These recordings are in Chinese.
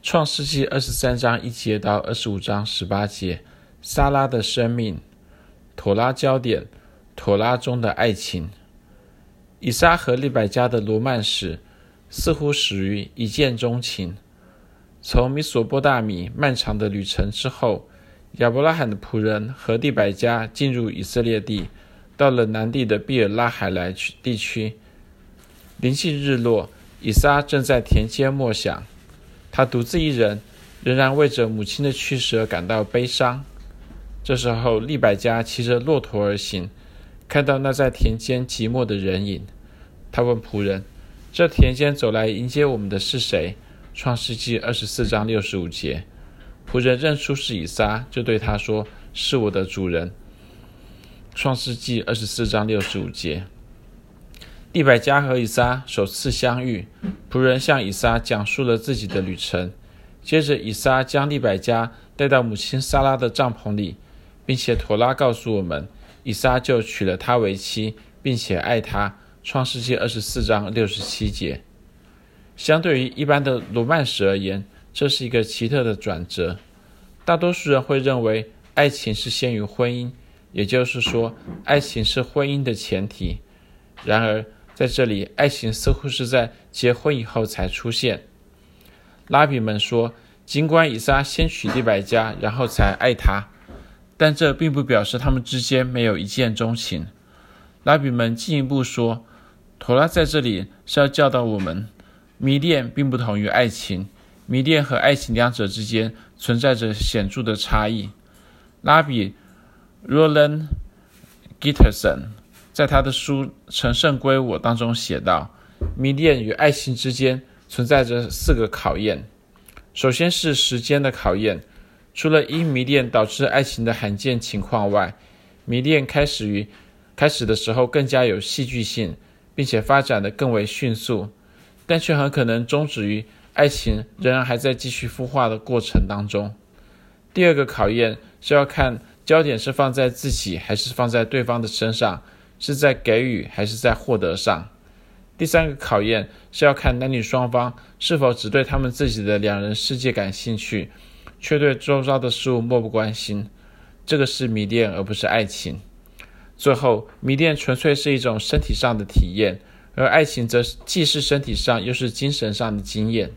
创世纪23章1节到25章18节，撒拉的生命，妥拉焦点，妥拉中的爱情。以撒和利百加的罗曼史似乎始于一见钟情。从米索波大米漫长的旅程之后，亚伯拉罕的仆人和利百加进入以色列地，到了南地的毕尔拉海莱地区。临近日落，以撒正在田间默想，他独自一人，仍然为着母亲的去世而感到悲伤。这时候，利百加骑着骆驼而行，看到那在田间寂寞的人影，他问仆人：“这田间走来迎接我们的是谁？”创世纪24章65节。仆人认出是以撒，就对他说：“是我的主人。”创世纪24章65节。利百加和以撒首次相遇，仆人向以撒讲述了自己的旅程。接着，以撒将利百加带到母亲撒拉的帐篷里，并且妥拉告诉我们，以撒就娶了她为妻，并且爱她。创世纪24章67节。相对于一般的罗曼史而言，这是一个奇特的转折。大多数人会认为爱情是先于婚姻，也就是说，爱情是婚姻的前提。然而，在这里，爱情似乎是在结婚以后才出现。拉比们说，尽管以撒先娶利百加，然后才爱她，但这并不表示他们之间没有一见钟情。拉比们进一步说，妥拉在这里是要教导我们，迷恋并不同于爱情，迷恋和爱情两者之间存在着显著的差异。拉比 Roland Gitterson 在他的书《成圣归我》当中写道，迷恋与爱情之间存在着4个考验。首先是时间的考验，除了因迷恋导致爱情的罕见情况外，迷恋开始的时候更加有戏剧性，并且发展得更为迅速，但却很可能终止于爱情仍然还在继续孵化的过程当中。第二个考验是要看焦点是放在自己还是放在对方的身上，是在给予还是在获得上。第三个考验是要看男女双方是否只对他们自己的两人世界感兴趣，却对周遭的事物漠不关心。这个是迷恋而不是爱情。最后，迷恋纯粹是一种身体上的体验，而爱情则既是身体上又是精神上的经验。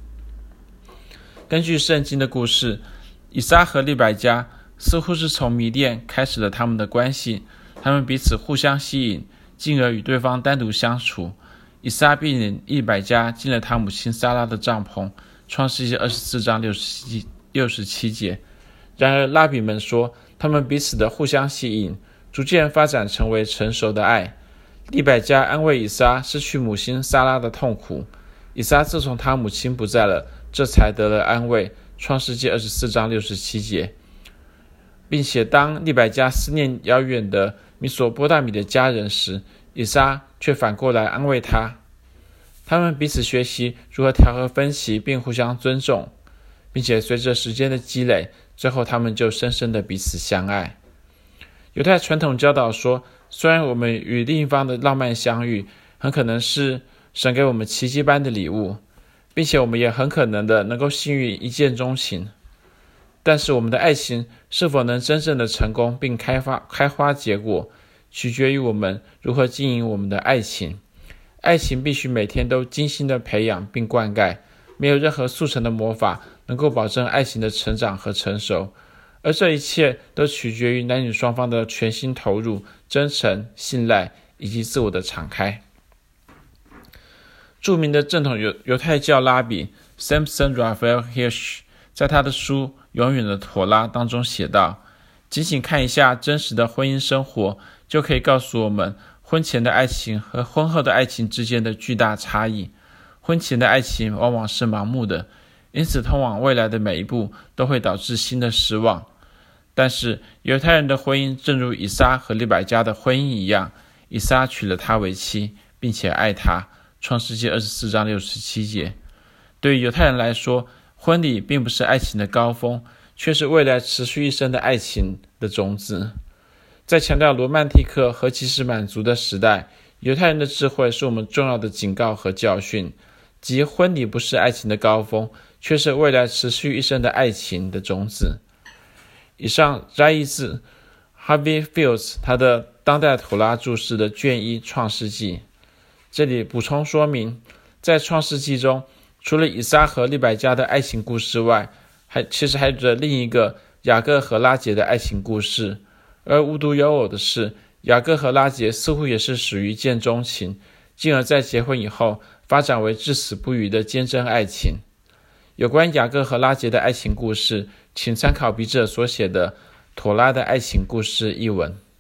根据圣经的故事，以撒和利百加似乎是从迷恋开始了他们的关系，他们彼此互相吸引，进而与对方单独相处。以撒并领利百加进了他母亲撒拉的帐篷，创世纪24章67节。然而拉比们说，他们彼此的互相吸引逐渐发展成为成熟的爱。利百加安慰以撒失去母亲撒拉的痛苦，以撒自从他母亲不在了，这才得了安慰，创世纪24章67节。并且当利百加思念遥远的米索波大米的家人时，以撒却反过来安慰他。他们彼此学习如何调和分歧并互相尊重，并且随着时间的积累，最后他们就深深的彼此相爱。犹太传统教导说，虽然我们与另一方的浪漫相遇很可能是神给我们奇迹般的礼物，并且我们也很可能的能够幸运一见钟情，但是我们的爱情是否能真正的成功并开花结果，取决于我们如何经营我们的爱情。爱情必须每天都精心的培养并灌溉，没有任何速成的魔法能够保证爱情的成长和成熟，而这一切都取决于男女双方的全心投入、真诚、信赖以及自我的敞开。著名的正统犹太教拉比 Samson Raphael Hirsch 在他的书《永远的妥拉》当中写道，仅仅看一下真实的婚姻生活，就可以告诉我们婚前的爱情和婚后的爱情之间的巨大差异。婚前的爱情往往是盲目的，因此通往未来的每一步都会导致新的失望。但是犹太人的婚姻正如以撒和利百加的婚姻一样，以撒娶了她为妻，并且爱她，创世纪24章67节。对于犹太人来说，婚礼并不是爱情的高峰，却是未来持续一生的爱情的种子。在强调罗曼蒂克和即时满足的时代，犹太人的智慧是我们重要的警告和教训，即婚礼不是爱情的高峰， 却是未来持续一生的爱情的种子。以上摘译自 Harvey Fields 他的当代妥拉注释的卷1创世纪。这里补充说明，在创世纪中，除了以撒和利百加的爱情故事外，其实还有着另一个雅各和拉结的爱情故事。而无独有偶的是，雅各和拉结似乎也是属于见钟情，进而在结婚以后发展为至死不渝的坚贞爱情。有关雅各和拉结的爱情故事，请参考笔者所写的《妥拉的爱情故事》一文。